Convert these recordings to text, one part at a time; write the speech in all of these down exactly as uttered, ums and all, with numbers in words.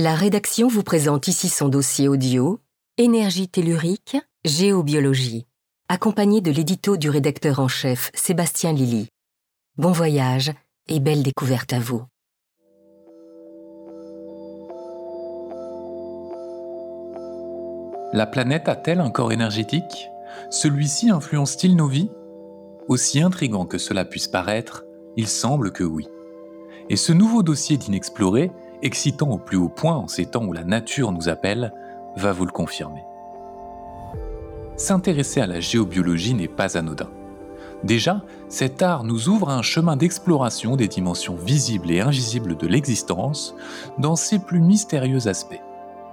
La rédaction vous présente ici son dossier audio « Énergie tellurique, géobiologie », accompagné de l'édito du rédacteur en chef Sébastien Lilly. Bon voyage et belle découverte à vous. La planète a-t-elle un corps énergétique ? Celui-ci influence-t-il nos vies ? Aussi intrigant que cela puisse paraître, il semble que oui. Et ce nouveau dossier d'inexploré, excitant au plus haut point en ces temps où la nature nous appelle, va vous le confirmer. S'intéresser à la géobiologie n'est pas anodin. Déjà, cet art nous ouvre un chemin d'exploration des dimensions visibles et invisibles de l'existence dans ses plus mystérieux aspects.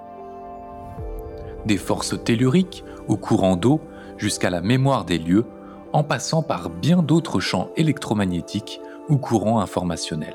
Des forces telluriques, au courant d'eau, jusqu'à la mémoire des lieux, en passant par bien d'autres champs électromagnétiques ou courants informationnels.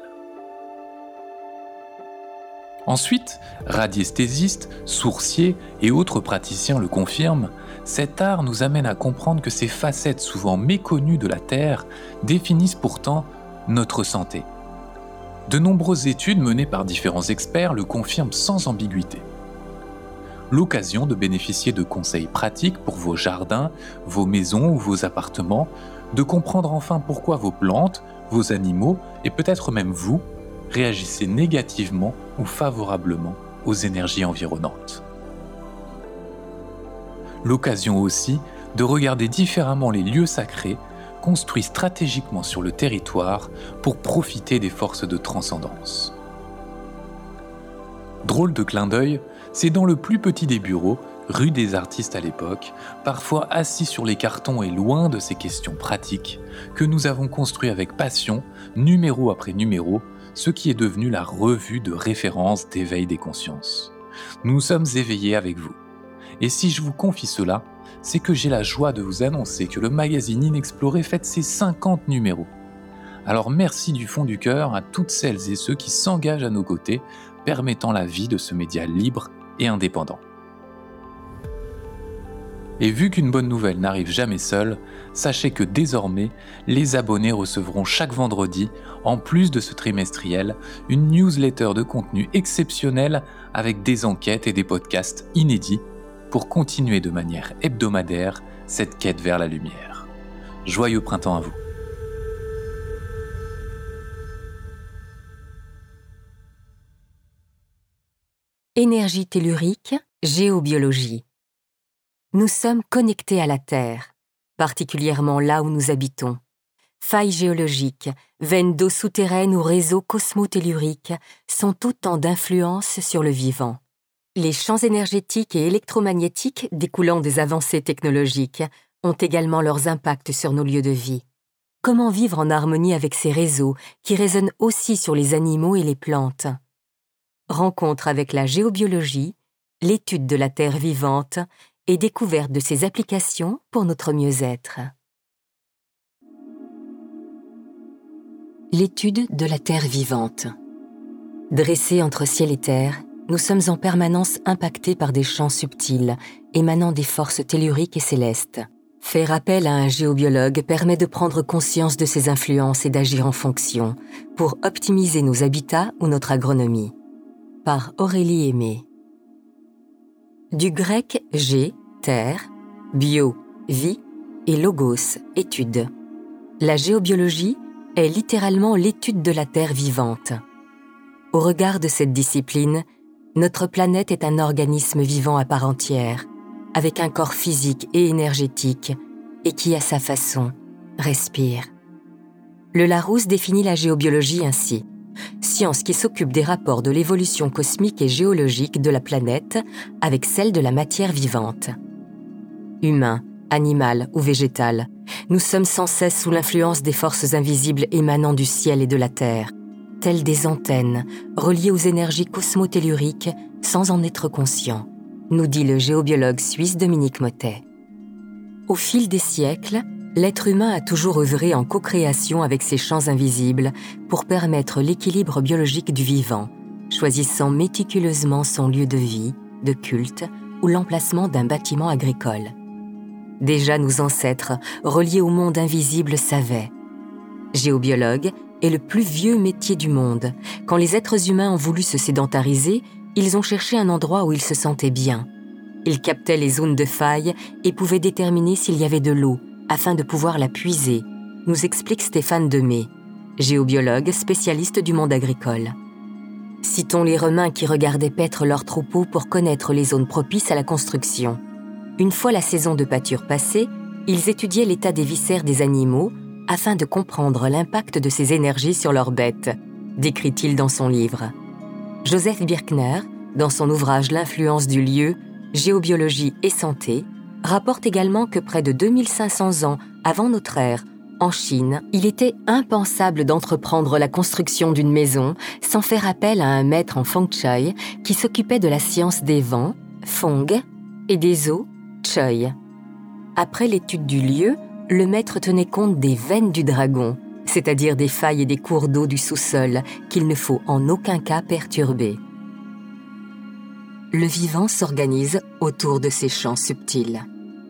Ensuite, radiesthésistes, sourciers et autres praticiens le confirment, cet art nous amène à comprendre que ces facettes souvent méconnues de la Terre définissent pourtant notre santé. De nombreuses études menées par différents experts le confirment sans ambiguïté. L'occasion de bénéficier de conseils pratiques pour vos jardins, vos maisons ou vos appartements, de comprendre enfin pourquoi vos plantes, vos animaux et peut-être même vous réagissez négativement ou favorablement aux énergies environnantes. L'occasion aussi de regarder différemment les lieux sacrés construits stratégiquement sur le territoire pour profiter des forces de transcendance. Drôle de clin d'œil, c'est dans le plus petit des bureaux, rue des Artistes à l'époque, parfois assis sur les cartons et loin de ces questions pratiques, que nous avons construit avec passion, numéro après numéro, ce qui est devenu la revue de référence d'éveil des consciences. Nous sommes éveillés avec vous. Et si je vous confie cela, c'est que j'ai la joie de vous annoncer que le magazine Inexploré fête ses cinquante numéros. Alors merci du fond du cœur à toutes celles et ceux qui s'engagent à nos côtés, permettant la vie de ce média libre et indépendant. Et vu qu'une bonne nouvelle n'arrive jamais seule, sachez que désormais, les abonnés recevront chaque vendredi, en plus de ce trimestriel, une newsletter de contenu exceptionnel avec des enquêtes et des podcasts inédits pour continuer de manière hebdomadaire cette quête vers la lumière. Joyeux printemps à vous. Énergie tellurique, géobiologie. Nous sommes connectés à la Terre, particulièrement là où nous habitons. Failles géologiques, veines d'eau souterraines ou réseaux cosmotelluriques sont autant d'influences sur le vivant. Les champs énergétiques et électromagnétiques découlant des avancées technologiques ont également leurs impacts sur nos lieux de vie. Comment vivre en harmonie avec ces réseaux qui résonnent aussi sur les animaux et les plantes ? Rencontre avec la géobiologie, l'étude de la Terre vivante et découverte de ses applications pour notre mieux-être. L'étude de la Terre vivante. Dressés entre ciel et terre, nous sommes en permanence impactés par des champs subtils, émanant des forces telluriques et célestes. Faire appel à un géobiologue permet de prendre conscience de ces influences et d'agir en fonction, pour optimiser nos habitats ou notre agronomie. Par Aurélie Aimé. Du grec gé, terre, bio, vie, et logos, étude. La géobiologie est littéralement l'étude de la Terre vivante. Au regard de cette discipline, notre planète est un organisme vivant à part entière, avec un corps physique et énergétique, et qui, à sa façon, respire. Le Larousse définit la géobiologie ainsi. Science qui s'occupe des rapports de l'évolution cosmique et géologique de la planète avec celle de la matière vivante. Humain, animal ou végétal, nous sommes sans cesse sous l'influence des forces invisibles émanant du ciel et de la terre, telles des antennes reliées aux énergies cosmotelluriques sans en être conscients, nous dit le géobiologue suisse Dominique Mottet. Au fil des siècles, l'être humain a toujours œuvré en co-création avec ces champs invisibles pour permettre l'équilibre biologique du vivant, choisissant méticuleusement son lieu de vie, de culte ou l'emplacement d'un bâtiment agricole. Déjà nos ancêtres, reliés au monde invisible, savaient. Géobiologue est le plus vieux métier du monde. Quand les êtres humains ont voulu se sédentariser, ils ont cherché un endroit où ils se sentaient bien. Ils captaient les zones de faille et pouvaient déterminer s'il y avait de l'eau, afin de pouvoir la puiser, nous explique Stéphane Demey, géobiologue spécialiste du monde agricole. Citons les Romains qui regardaient paître leurs troupeaux pour connaître les zones propices à la construction. Une fois la saison de pâture passée, ils étudiaient l'état des viscères des animaux afin de comprendre l'impact de ces énergies sur leurs bêtes, décrit-il dans son livre. Joseph Birkner, dans son ouvrage L'influence du lieu, géobiologie et santé, rapporte également que près de deux mille cinq cents ans avant notre ère, en Chine, il était impensable d'entreprendre la construction d'une maison sans faire appel à un maître en feng shui qui s'occupait de la science des vents, feng, et des eaux, shui. Après l'étude du lieu, le maître tenait compte des veines du dragon, c'est-à-dire des failles et des cours d'eau du sous-sol qu'il ne faut en aucun cas perturber. Le vivant s'organise autour de ces champs subtils.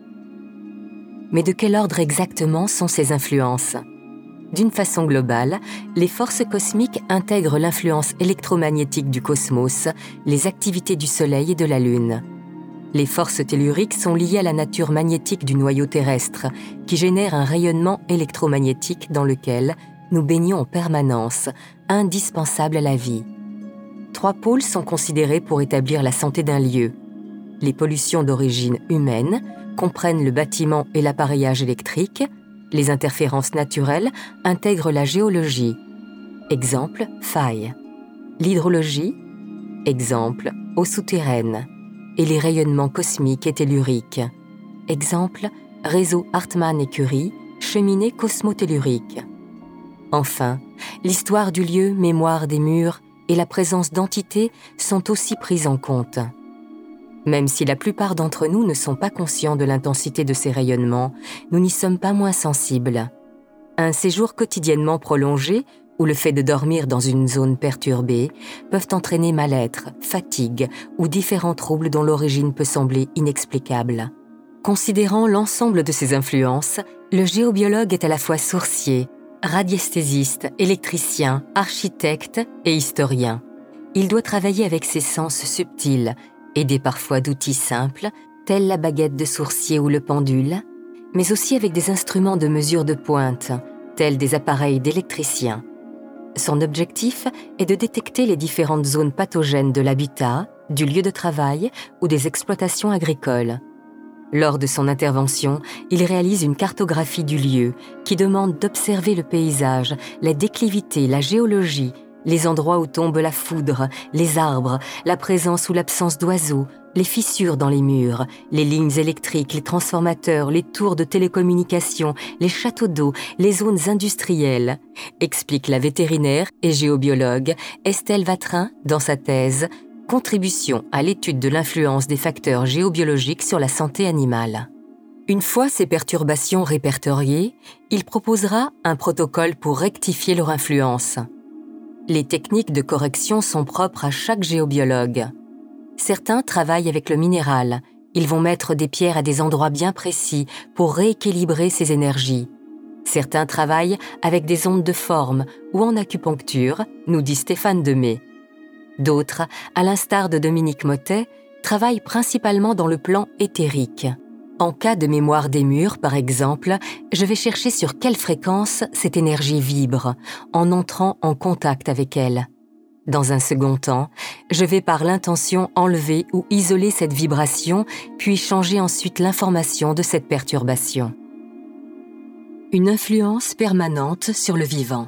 Mais de quel ordre exactement sont ces influences ? D'une façon globale, les forces cosmiques intègrent l'influence électromagnétique du cosmos, les activités du Soleil et de la Lune. Les forces telluriques sont liées à la nature magnétique du noyau terrestre, qui génère un rayonnement électromagnétique dans lequel nous baignons en permanence, indispensable à la vie. Trois pôles sont considérés pour établir la santé d'un lieu. Les pollutions d'origine humaine comprennent le bâtiment et l'appareillage électrique. Les interférences naturelles intègrent la géologie. Exemple, faille. L'hydrologie. Exemple, eau souterraine. Et les rayonnements cosmiques et telluriques. Exemple, réseau Hartmann et Curie, cheminée cosmotellurique. Enfin, l'histoire du lieu, mémoire des murs et la présence d'entités sont aussi prises en compte. Même si la plupart d'entre nous ne sont pas conscients de l'intensité de ces rayonnements, nous n'y sommes pas moins sensibles. Un séjour quotidiennement prolongé ou le fait de dormir dans une zone perturbée peuvent entraîner mal-être, fatigue ou différents troubles dont l'origine peut sembler inexplicable. Considérant l'ensemble de ces influences, le géobiologue est à la fois sourcier, radiesthésiste, électricien, architecte et historien. Il doit travailler avec ses sens subtils, aidé parfois d'outils simples, tels la baguette de sourcier ou le pendule, mais aussi avec des instruments de mesure de pointe, tels des appareils d'électricien. Son objectif est de détecter les différentes zones pathogènes de l'habitat, du lieu de travail ou des exploitations agricoles. Lors de son intervention, il réalise une cartographie du lieu qui demande d'observer le paysage, la déclivité, la géologie, les endroits où tombe la foudre, les arbres, la présence ou l'absence d'oiseaux, les fissures dans les murs, les lignes électriques, les transformateurs, les tours de télécommunications, les châteaux d'eau, les zones industrielles, explique la vétérinaire et géobiologue Estelle Vatrin dans sa thèse « Contribution à l'étude de l'influence des facteurs géobiologiques sur la santé animale ». Une fois ces perturbations répertoriées, il proposera un protocole pour rectifier leur influence. Les techniques de correction sont propres à chaque géobiologue. Certains travaillent avec le minéral. Ils vont mettre des pierres à des endroits bien précis pour rééquilibrer ces énergies. Certains travaillent avec des ondes de forme ou en acupuncture, nous dit Stéphane Demey. D'autres, à l'instar de Dominique Mottet, travaillent principalement dans le plan éthérique. En cas de mémoire des murs, par exemple, je vais chercher sur quelle fréquence cette énergie vibre, en entrant en contact avec elle. Dans un second temps, je vais par l'intention enlever ou isoler cette vibration, puis changer ensuite l'information de cette perturbation. Une influence permanente sur le vivant.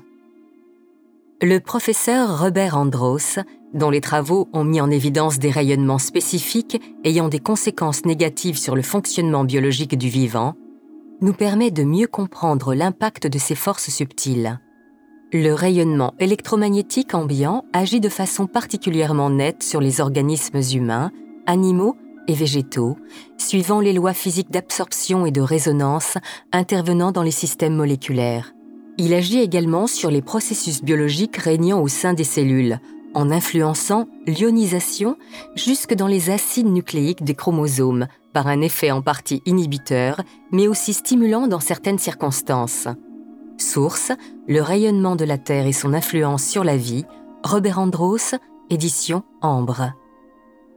Le professeur Robert Andros, dont les travaux ont mis en évidence des rayonnements spécifiques ayant des conséquences négatives sur le fonctionnement biologique du vivant, nous permet de mieux comprendre l'impact de ces forces subtiles. Le rayonnement électromagnétique ambiant agit de façon particulièrement nette sur les organismes humains, animaux et végétaux, suivant les lois physiques d'absorption et de résonance intervenant dans les systèmes moléculaires. Il agit également sur les processus biologiques régnant au sein des cellules, en influençant l'ionisation jusque dans les acides nucléiques des chromosomes, par un effet en partie inhibiteur, mais aussi stimulant dans certaines circonstances. Source, le rayonnement de la Terre et son influence sur la vie, Robert Andros, édition Ambre.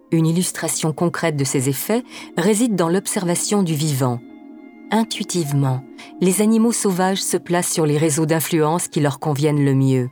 Une illustration concrète de ces effets réside dans l'observation du vivant. Intuitivement, les animaux sauvages se placent sur les réseaux d'influence qui leur conviennent le mieux.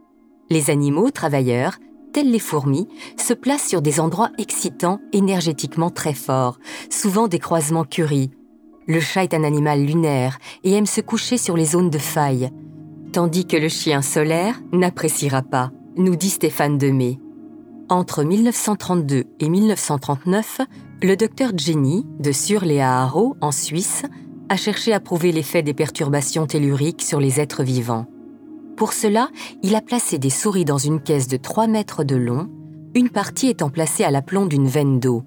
Les animaux travailleurs, tels les fourmis, se placent sur des endroits excitants, énergétiquement très forts, souvent des croisements Curie. Le chat est un animal lunaire et aime se coucher sur les zones de faille, tandis que le chien solaire n'appréciera pas, nous dit Stéphane Demey. Entre mille neuf cent trente-deux et mille neuf cent trente-neuf, le docteur Jenny, de Sur-les-Haro, en Suisse, a cherché à prouver l'effet des perturbations telluriques sur les êtres vivants. Pour cela, il a placé des souris dans une caisse de trois mètres de long, une partie étant placée à l'aplomb d'une veine d'eau.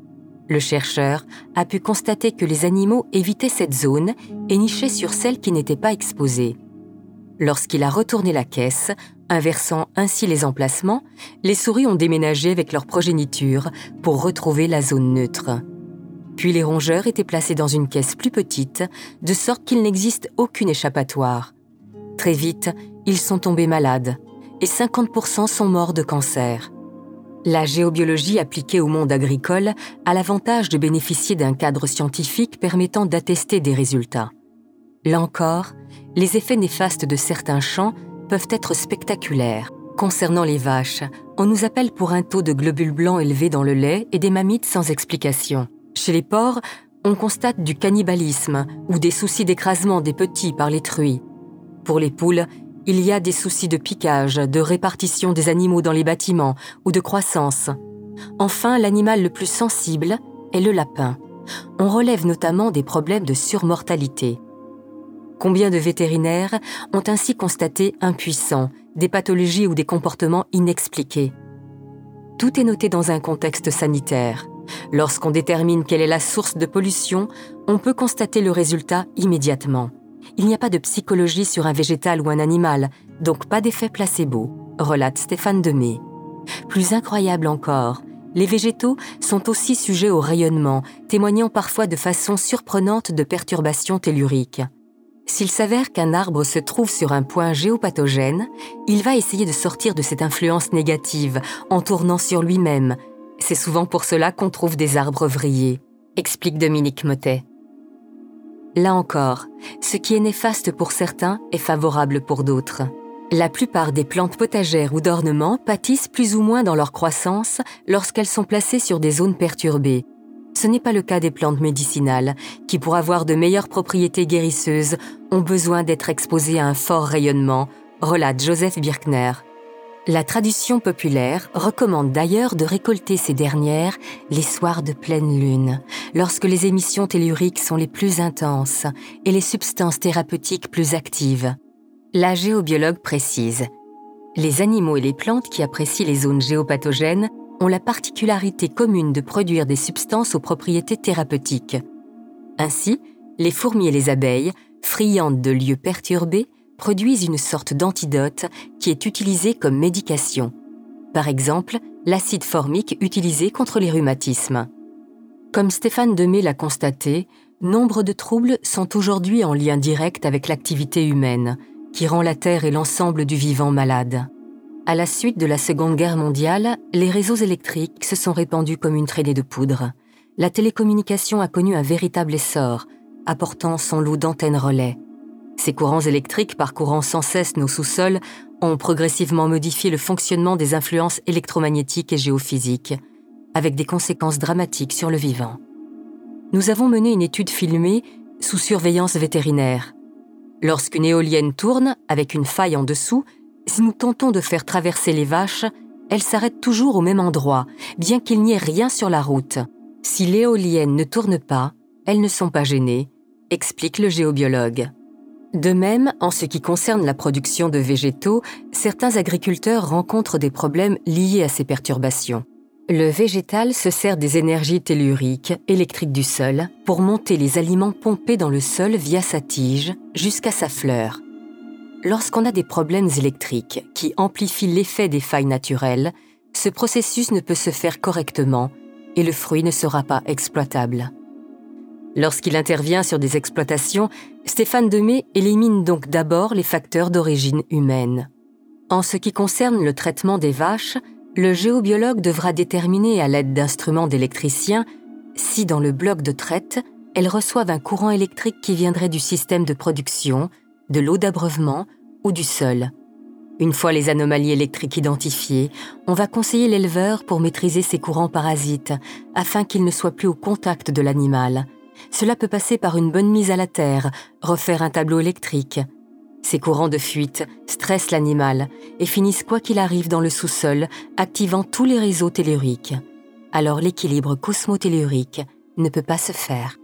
Le chercheur a pu constater que les animaux évitaient cette zone et nichaient sur celle qui n'était pas exposée. Lorsqu'il a retourné la caisse, inversant ainsi les emplacements, les souris ont déménagé avec leur progéniture pour retrouver la zone neutre. Puis les rongeurs étaient placés dans une caisse plus petite, de sorte qu'il n'existe aucune échappatoire. Très vite, ils sont tombés malades et cinquante pour cent sont morts de cancer. La géobiologie appliquée au monde agricole a l'avantage de bénéficier d'un cadre scientifique permettant d'attester des résultats. Là encore, les effets néfastes de certains champs peuvent être spectaculaires. Concernant les vaches, on nous appelle pour un taux de globules blancs élevé dans le lait et des mammites sans explication. Chez les porcs, on constate du cannibalisme ou des soucis d'écrasement des petits par les truies. Pour les poules, il y a des soucis de piquage, de répartition des animaux dans les bâtiments ou de croissance. Enfin, l'animal le plus sensible est le lapin. On relève notamment des problèmes de surmortalité. Combien de vétérinaires ont ainsi constaté impuissants, des pathologies ou des comportements inexpliqués? Tout est noté dans un contexte sanitaire. Lorsqu'on détermine quelle est la source de pollution, on peut constater le résultat immédiatement. Il n'y a pas de psychologie sur un végétal ou un animal, donc pas d'effet placebo, relate Stéphane Demey. Plus incroyable encore, les végétaux sont aussi sujets au rayonnement, témoignant parfois de façon surprenante de perturbations telluriques. S'il s'avère qu'un arbre se trouve sur un point géopathogène, il va essayer de sortir de cette influence négative en tournant sur lui-même. C'est souvent pour cela qu'on trouve des arbres vrillés, explique Dominique Mottet. Là encore, ce qui est néfaste pour certains est favorable pour d'autres. La plupart des plantes potagères ou d'ornement pâtissent plus ou moins dans leur croissance lorsqu'elles sont placées sur des zones perturbées. Ce n'est pas le cas des plantes médicinales, qui pour avoir de meilleures propriétés guérisseuses ont besoin d'être exposées à un fort rayonnement, relate Joseph Birkner. La tradition populaire recommande d'ailleurs de récolter ces dernières les soirs de pleine lune, lorsque les émissions telluriques sont les plus intenses et les substances thérapeutiques plus actives. La géobiologue précise : les animaux et les plantes qui apprécient les zones géopathogènes ont la particularité commune de produire des substances aux propriétés thérapeutiques. Ainsi, les fourmis et les abeilles, friandes de lieux perturbés, produisent une sorte d'antidote qui est utilisé comme médication. Par exemple, l'acide formique utilisé contre les rhumatismes. Comme Stéphane Demey l'a constaté, nombre de troubles sont aujourd'hui en lien direct avec l'activité humaine, qui rend la Terre et l'ensemble du vivant malades. À la suite de la Seconde Guerre mondiale, les réseaux électriques se sont répandus comme une traînée de poudre. La télécommunication a connu un véritable essor, apportant son lot d'antennes relais. Ces courants électriques parcourant sans cesse nos sous-sols ont progressivement modifié le fonctionnement des influences électromagnétiques et géophysiques, avec des conséquences dramatiques sur le vivant. Nous avons mené une étude filmée sous surveillance vétérinaire. Lorsqu'une éolienne tourne, avec une faille en dessous, si nous tentons de faire traverser les vaches, elles s'arrêtent toujours au même endroit, bien qu'il n'y ait rien sur la route. Si l'éolienne ne tourne pas, elles ne sont pas gênées, explique le géobiologue. De même, en ce qui concerne la production de végétaux, certains agriculteurs rencontrent des problèmes liés à ces perturbations. Le végétal se sert des énergies telluriques, électriques du sol, pour monter les aliments pompés dans le sol via sa tige jusqu'à sa fleur. Lorsqu'on a des problèmes électriques qui amplifient l'effet des failles naturelles, ce processus ne peut se faire correctement et le fruit ne sera pas exploitable. Lorsqu'il intervient sur des exploitations, Stéphane Demey élimine donc d'abord les facteurs d'origine humaine. En ce qui concerne le traitement des vaches, Le géobiologue devra déterminer à l'aide d'instruments d'électricien si dans le bloc de traite, elles reçoivent un courant électrique qui viendrait du système de production, de l'eau d'abreuvement ou du sol. Une fois les anomalies électriques identifiées, on va conseiller l'éleveur pour maîtriser ces courants parasites afin qu'ils ne soient plus au contact de l'animal. Cela peut passer par une bonne mise à la terre, refaire un tableau électrique. Ces courants de fuite stressent l'animal et finissent quoi qu'il arrive dans le sous-sol, activant tous les réseaux telluriques. Alors l'équilibre cosmotellurique ne peut pas se faire.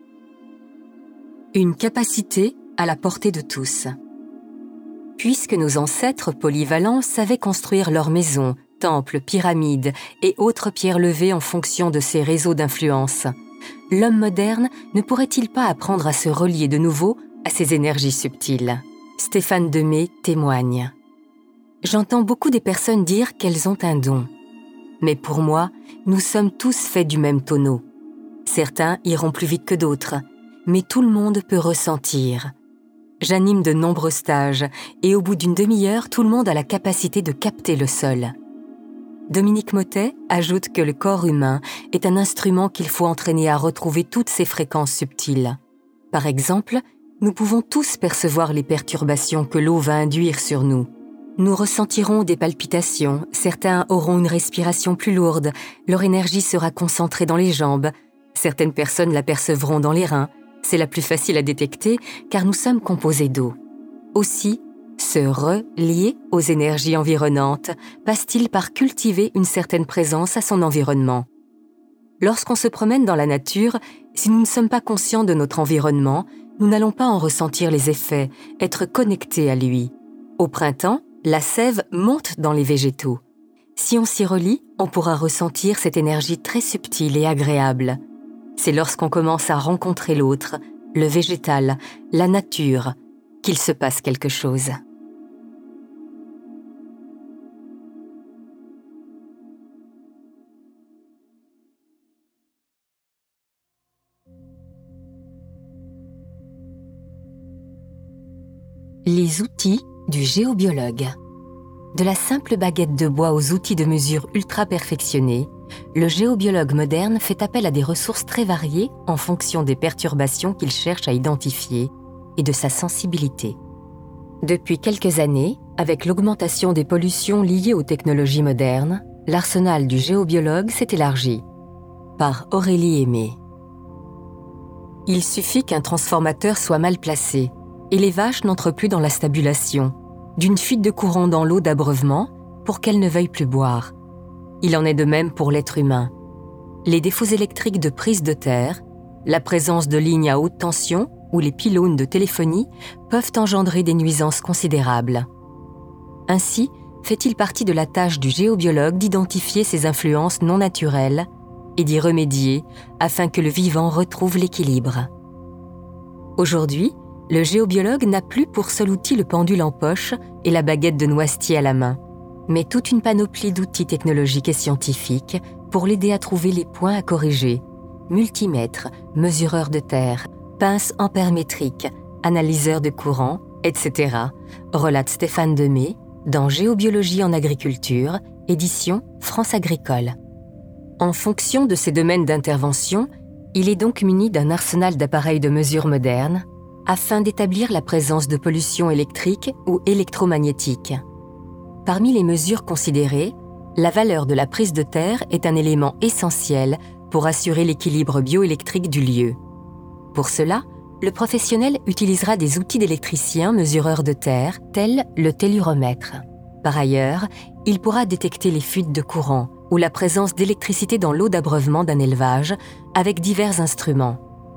Une capacité à la portée de tous. Puisque nos ancêtres polyvalents savaient construire leurs maisons, temples, pyramides et autres pierres levées en fonction de ces réseaux d'influence, l'homme moderne ne pourrait-il pas apprendre à se relier de nouveau à ces énergies subtiles ? Stéphane Demey témoigne. J'entends beaucoup des personnes dire qu'elles ont un don. Mais pour moi, nous sommes tous faits du même tonneau. Certains iront plus vite que d'autres, mais tout le monde peut ressentir. J'anime de nombreux stages et au bout d'une demi-heure, tout le monde a la capacité de capter le sol. Dominique Mottet ajoute que le corps humain est un instrument qu'il faut entraîner à retrouver toutes ses fréquences subtiles. Par exemple, nous pouvons tous percevoir les perturbations que l'eau va induire sur nous. Nous ressentirons des palpitations, certains auront une respiration plus lourde, leur énergie sera concentrée dans les jambes, certaines personnes l'apercevront dans les reins. C'est la plus facile à détecter car nous sommes composés d'eau. Aussi, se relier aux énergies environnantes passe-t-il par cultiver une certaine présence à son environnement. Lorsqu'on se promène dans la nature, si nous ne sommes pas conscients de notre environnement, nous n'allons pas en ressentir les effets, être connectés à lui. Au printemps, la sève monte dans les végétaux. Si on s'y relie, on pourra ressentir cette énergie très subtile et agréable. C'est lorsqu'on commence à rencontrer l'autre, le végétal, la nature, qu'il se passe quelque chose. Les outils du géobiologue. De la simple baguette de bois aux outils de mesure ultra perfectionnés, le géobiologue moderne fait appel à des ressources très variées en fonction des perturbations qu'il cherche à identifier et de sa sensibilité. Depuis quelques années, avec l'augmentation des pollutions liées aux technologies modernes, l'arsenal du géobiologue s'est élargi. Par Aurélie Aimé. Il suffit qu'un transformateur soit mal placé et les vaches n'entrent plus dans la stabulation, d'une fuite de courant dans l'eau d'abreuvement pour qu'elles ne veuillent plus boire. Il en est de même pour l'être humain. Les défauts électriques de prise de terre, la présence de lignes à haute tension ou les pylônes de téléphonie peuvent engendrer des nuisances considérables. Ainsi, fait-il partie de la tâche du géobiologue d'identifier ces influences non naturelles et d'y remédier afin que le vivant retrouve l'équilibre. Aujourd'hui, le géobiologue n'a plus pour seul outil le pendule en poche et la baguette de noisetier à la main, mais toute une panoplie d'outils technologiques et scientifiques pour l'aider à trouver les points à corriger. Multimètre, mesureur de terre, pince ampère-métrique, analyseur de courant, et cetera, relate Stéphane Demey dans Géobiologie en agriculture, édition France Agricole. En fonction de ses domaines d'intervention, il est donc muni d'un arsenal d'appareils de mesure modernes afin d'établir la présence de pollution électrique ou électromagnétique. Parmi les mesures considérées, la valeur de la prise de terre est un élément essentiel pour assurer l'équilibre bioélectrique du lieu. Pour cela, le professionnel utilisera des outils d'électricien mesureurs de terre, tels le telluromètre. Par ailleurs, il pourra détecter les fuites de courant ou la présence d'électricité dans l'eau d'abreuvement d'un élevage avec divers instruments.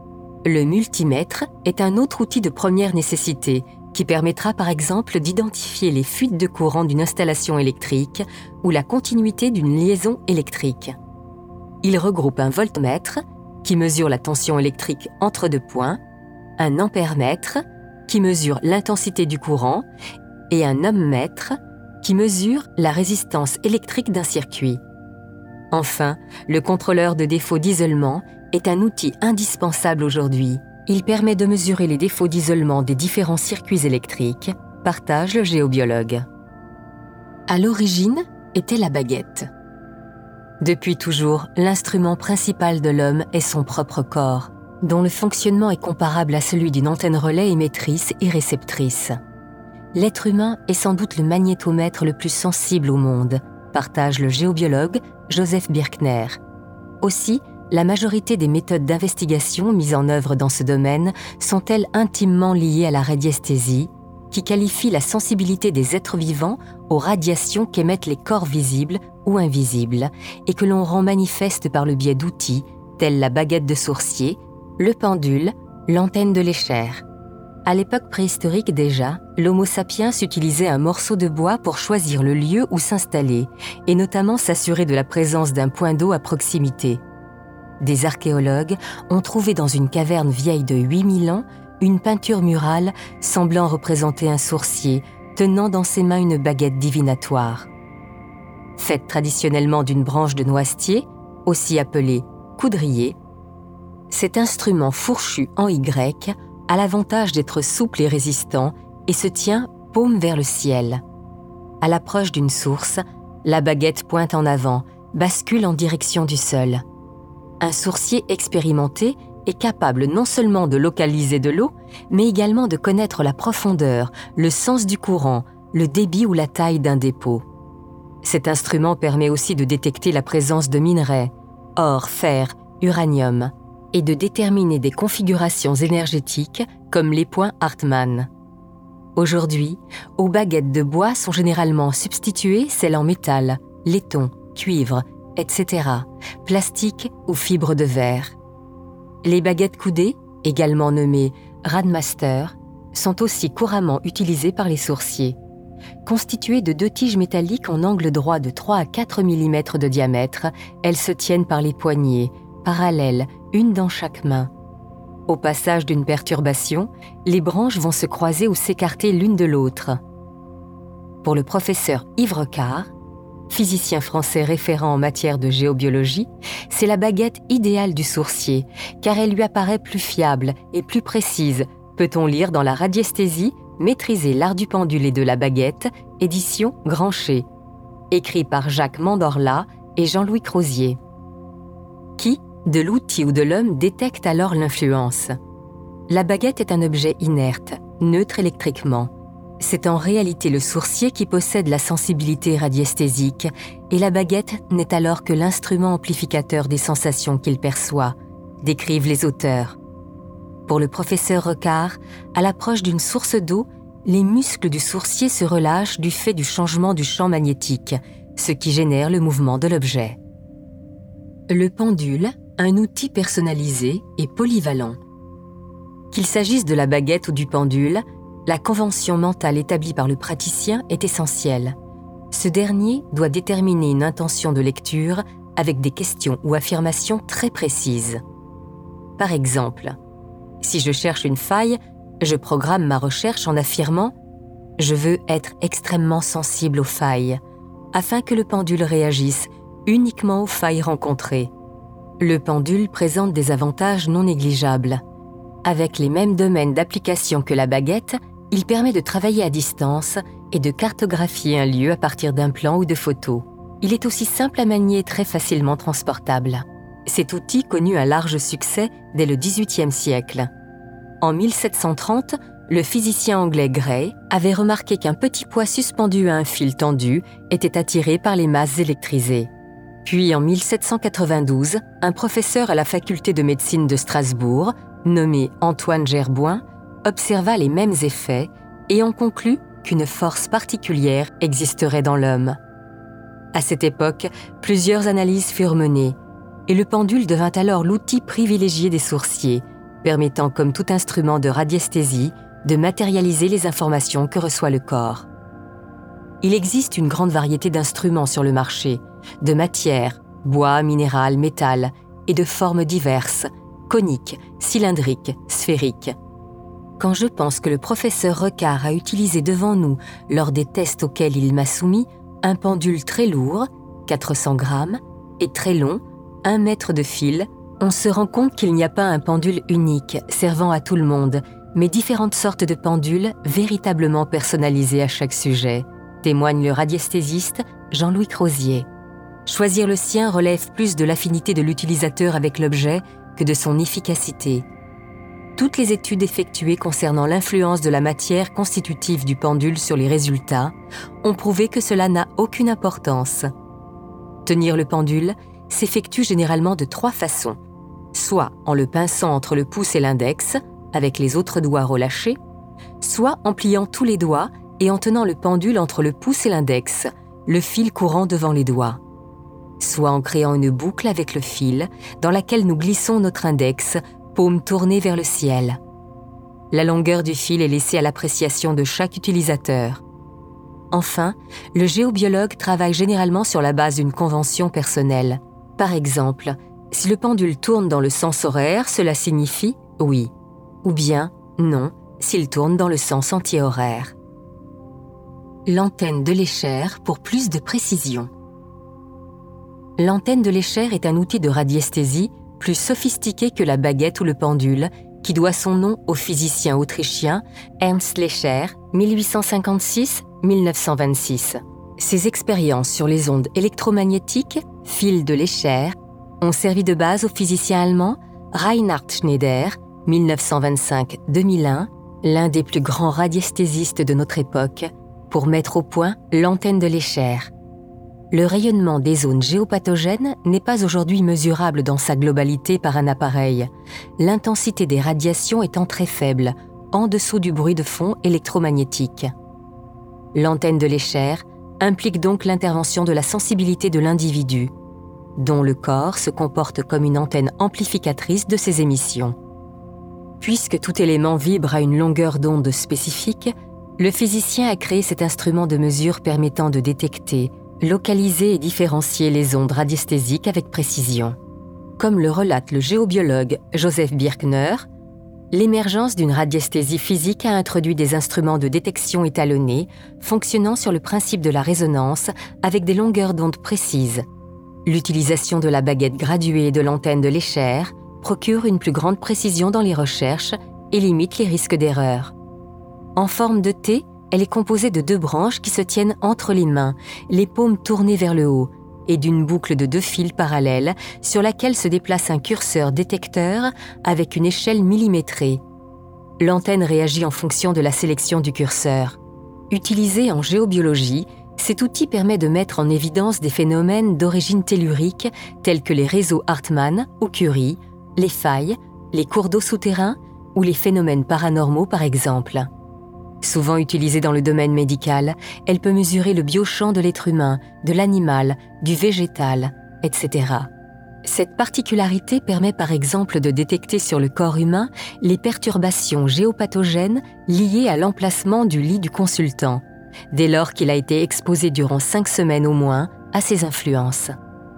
Le multimètre est un autre outil de première nécessité qui permettra par exemple d'identifier les fuites de courant d'une installation électrique ou la continuité d'une liaison électrique. Il regroupe un voltmètre qui mesure la tension électrique entre deux points, un ampère-mètre qui mesure l'intensité du courant et un ohmmètre qui mesure la résistance électrique d'un circuit. Enfin, le contrôleur de défaut d'isolement est un outil indispensable aujourd'hui. Il permet de mesurer les défauts d'isolement des différents circuits électriques, partage le géobiologue. À l'origine était la baguette. Depuis toujours, l'instrument principal de l'homme est son propre corps, dont le fonctionnement est comparable à celui d'une antenne relais émettrice et réceptrice. L'être humain est sans doute le magnétomètre le plus sensible au monde, partage le géobiologue Joseph Birkner. Aussi, la majorité des méthodes d'investigation mises en œuvre dans ce domaine sont-elles intimement liées à la radiesthésie, qui qualifie la sensibilité des êtres vivants aux radiations qu'émettent les corps visibles ou invisibles et que l'on rend manifeste par le biais d'outils tels la baguette de sourcier, le pendule, l'antenne de l'échelle. À l'époque préhistorique déjà, l'Homo sapiens utilisait un morceau de bois pour choisir le lieu où s'installer et notamment s'assurer de la présence d'un point d'eau à proximité. Des archéologues ont trouvé dans une caverne vieille de huit mille ans une peinture murale semblant représenter un sourcier tenant dans ses mains une baguette divinatoire. Faite traditionnellement d'une branche de noisetier, aussi appelée coudrier, cet instrument fourchu en Y a l'avantage d'être souple et résistant et se tient paume vers le ciel. À l'approche d'une source, la baguette pointe en avant, bascule en direction du sol. Un sourcier expérimenté est capable non seulement de localiser de l'eau, mais également de connaître la profondeur, le sens du courant, le débit ou la taille d'un dépôt. Cet instrument permet aussi de détecter la présence de minerais, or, fer, uranium, et de déterminer des configurations énergétiques comme les points Hartmann. Aujourd'hui, aux baguettes de bois sont généralement substituées celles en métal, laiton, cuivre, et cetera, plastique ou fibre de verre. Les baguettes coudées, également nommées Radmaster, sont aussi couramment utilisées par les sourciers. Constituées de deux tiges métalliques en angle droit de trois à quatre millimètres de diamètre, elles se tiennent par les poignets, parallèles, une dans chaque main. Au passage d'une perturbation, les branches vont se croiser ou s'écarter l'une de l'autre. Pour le professeur Yves Recart, physicien français référent en matière de géobiologie, c'est la baguette idéale du sourcier, car elle lui apparaît plus fiable et plus précise, peut-on lire dans la radiesthésie, Maîtriser l'art du pendule et de la baguette, édition Grancher, écrit par Jacques Mandorla et Jean-Louis Crozier. Qui, de l'outil ou de l'homme, détecte alors l'influence? La baguette est un objet inerte, neutre électriquement. C'est en réalité le sourcier qui possède la sensibilité radiesthésique et la baguette n'est alors que l'instrument amplificateur des sensations qu'il perçoit, décrivent les auteurs. Pour le professeur Recart, à l'approche d'une source d'eau, les muscles du sourcier se relâchent du fait du changement du champ magnétique, ce qui génère le mouvement de l'objet. Le pendule, un outil personnalisé et polyvalent. Qu'il s'agisse de la baguette ou du pendule, la convention mentale établie par le praticien est essentielle. Ce dernier doit déterminer une intention de lecture avec des questions ou affirmations très précises. Par exemple, si je cherche une faille, je programme ma recherche en affirmant « Je veux être extrêmement sensible aux failles » afin que le pendule réagisse uniquement aux failles rencontrées. Le pendule présente des avantages non négligeables. Avec les mêmes domaines d'application que la baguette, il permet de travailler à distance et de cartographier un lieu à partir d'un plan ou de photos. Il est aussi simple à manier et très facilement transportable. Cet outil connut un large succès dès le dix-huitième siècle. En mille sept cent trente, le physicien anglais Gray avait remarqué qu'un petit poids suspendu à un fil tendu était attiré par les masses électrisées. Puis en mille sept cent quatre-vingt-douze, un professeur à la faculté de médecine de Strasbourg, nommé Antoine Gerboin, observa les mêmes effets et en conclut qu'une force particulière existerait dans l'homme. À cette époque, plusieurs analyses furent menées, et le pendule devint alors l'outil privilégié des sourciers, permettant comme tout instrument de radiesthésie de matérialiser les informations que reçoit le corps. Il existe une grande variété d'instruments sur le marché, de matières, bois, minéral, métal, et de formes diverses, coniques, cylindriques, sphériques. Quand je pense que le professeur Recart a utilisé devant nous, lors des tests auxquels il m'a soumis, un pendule très lourd, quatre cents grammes, et très long, un mètre de fil, on se rend compte qu'il n'y a pas un pendule unique servant à tout le monde, mais différentes sortes de pendules véritablement personnalisées à chaque sujet, témoigne le radiesthésiste Jean-Louis Crozier. Choisir le sien relève plus de l'affinité de l'utilisateur avec l'objet que de son efficacité. Toutes les études effectuées concernant l'influence de la matière constitutive du pendule sur les résultats ont prouvé que cela n'a aucune importance. Tenir le pendule s'effectue généralement de trois façons, soit en le pinçant entre le pouce et l'index, avec les autres doigts relâchés, soit en pliant tous les doigts et en tenant le pendule entre le pouce et l'index, le fil courant devant les doigts, soit en créant une boucle avec le fil dans laquelle nous glissons notre index, paume tournée vers le ciel. La longueur du fil est laissée à l'appréciation de chaque utilisateur. Enfin, le géobiologue travaille généralement sur la base d'une convention personnelle. Par exemple, si le pendule tourne dans le sens horaire, cela signifie « oui » ou bien « non » s'il tourne dans le sens anti-horaire. L'antenne de l'échelle pour plus de précision. L'antenne de l'échelle est un outil de radiesthésie plus sophistiqué que la baguette ou le pendule, qui doit son nom au physicien autrichien Ernst Lecher, mille huit cent cinquante-six à mille neuf cent vingt-six. Ses expériences sur les ondes électromagnétiques, fils de Lecher, ont servi de base au physicien allemand Reinhard Schneider, mille neuf cent vingt-cinq à deux mille un, l'un des plus grands radiesthésistes de notre époque, pour mettre au point l'antenne de Lecher. Le rayonnement des zones géopathogènes n'est pas aujourd'hui mesurable dans sa globalité par un appareil, l'intensité des radiations étant très faible, en dessous du bruit de fond électromagnétique. L'antenne de Lecher implique donc l'intervention de la sensibilité de l'individu, dont le corps se comporte comme une antenne amplificatrice de ses émissions. Puisque tout élément vibre à une longueur d'onde spécifique, le physicien a créé cet instrument de mesure permettant de détecter, localiser et différencier les ondes radiesthésiques avec précision. Comme le relate le géobiologue Joseph Birkner, l'émergence d'une radiesthésie physique a introduit des instruments de détection étalonnés fonctionnant sur le principe de la résonance avec des longueurs d'onde précises. L'utilisation de la baguette graduée et de l'antenne de Lecher procure une plus grande précision dans les recherches et limite les risques d'erreur. En forme de T, elle est composée de deux branches qui se tiennent entre les mains, les paumes tournées vers le haut, et d'une boucle de deux fils parallèles sur laquelle se déplace un curseur détecteur avec une échelle millimétrée. L'antenne réagit en fonction de la sélection du curseur. Utilisé en géobiologie, cet outil permet de mettre en évidence des phénomènes d'origine tellurique tels que les réseaux Hartmann ou Curie, les failles, les cours d'eau souterrains ou les phénomènes paranormaux par exemple. Souvent utilisée dans le domaine médical, elle peut mesurer le biochamp de l'être humain, de l'animal, du végétal, et cetera. Cette particularité permet par exemple de détecter sur le corps humain les perturbations géopathogènes liées à l'emplacement du lit du consultant, dès lors qu'il a été exposé durant cinq semaines au moins à ces influences.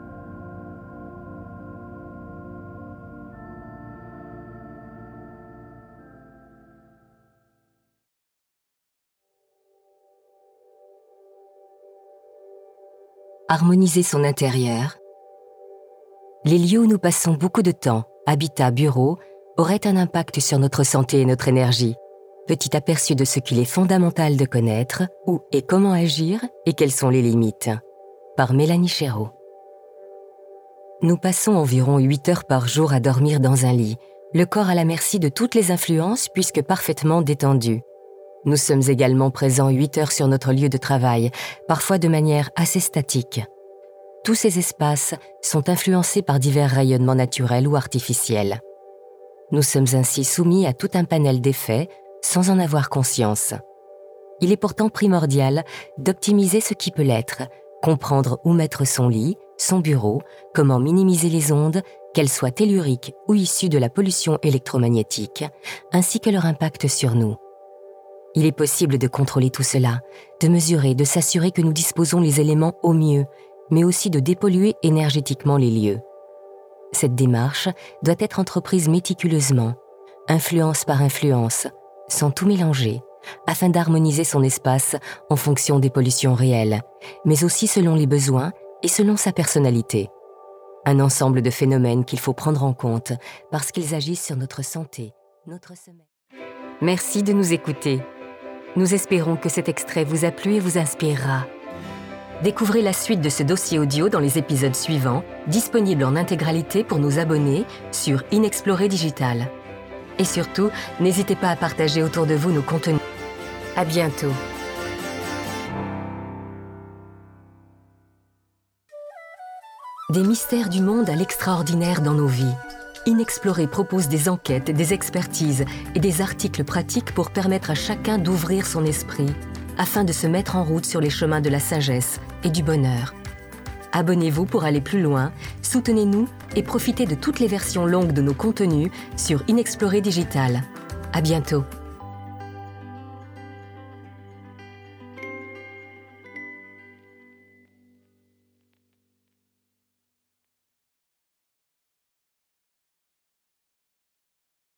Harmoniser son intérieur. Les lieux où nous passons beaucoup de temps, habitat, bureau, auraient un impact sur notre santé et notre énergie. Petit aperçu de ce qu'il est fondamental de connaître, où et comment agir et quelles sont les limites. Par Mélanie Chéreau. Nous passons environ huit heures par jour à dormir dans un lit, le corps à la merci de toutes les influences puisque parfaitement détendu. Nous sommes également présents huit heures sur notre lieu de travail, parfois de manière assez statique. Tous ces espaces sont influencés par divers rayonnements naturels ou artificiels. Nous sommes ainsi soumis à tout un panel d'effets sans en avoir conscience. Il est pourtant primordial d'optimiser ce qui peut l'être, comprendre où mettre son lit, son bureau, comment minimiser les ondes, qu'elles soient telluriques ou issues de la pollution électromagnétique, ainsi que leur impact sur nous. Il est possible de contrôler tout cela, de mesurer, de s'assurer que nous disposons les éléments au mieux, mais aussi de dépolluer énergétiquement les lieux. Cette démarche doit être entreprise méticuleusement, influence par influence, sans tout mélanger, afin d'harmoniser son espace en fonction des pollutions réelles, mais aussi selon les besoins et selon sa personnalité. Un ensemble de phénomènes qu'il faut prendre en compte parce qu'ils agissent sur notre santé, notre sommeil. Merci de nous écouter. Nous espérons que cet extrait vous a plu et vous inspirera. Découvrez la suite de ce dossier audio dans les épisodes suivants, disponibles en intégralité pour nos abonnés sur Inexploré Digital. Et surtout, n'hésitez pas à partager autour de vous nos contenus. À bientôt. Des mystères du monde à l'extraordinaire dans nos vies. Inexploré propose des enquêtes, des expertises et des articles pratiques pour permettre à chacun d'ouvrir son esprit, afin de se mettre en route sur les chemins de la sagesse et du bonheur. Abonnez-vous pour aller plus loin, soutenez-nous et profitez de toutes les versions longues de nos contenus sur Inexploré Digital. À bientôt.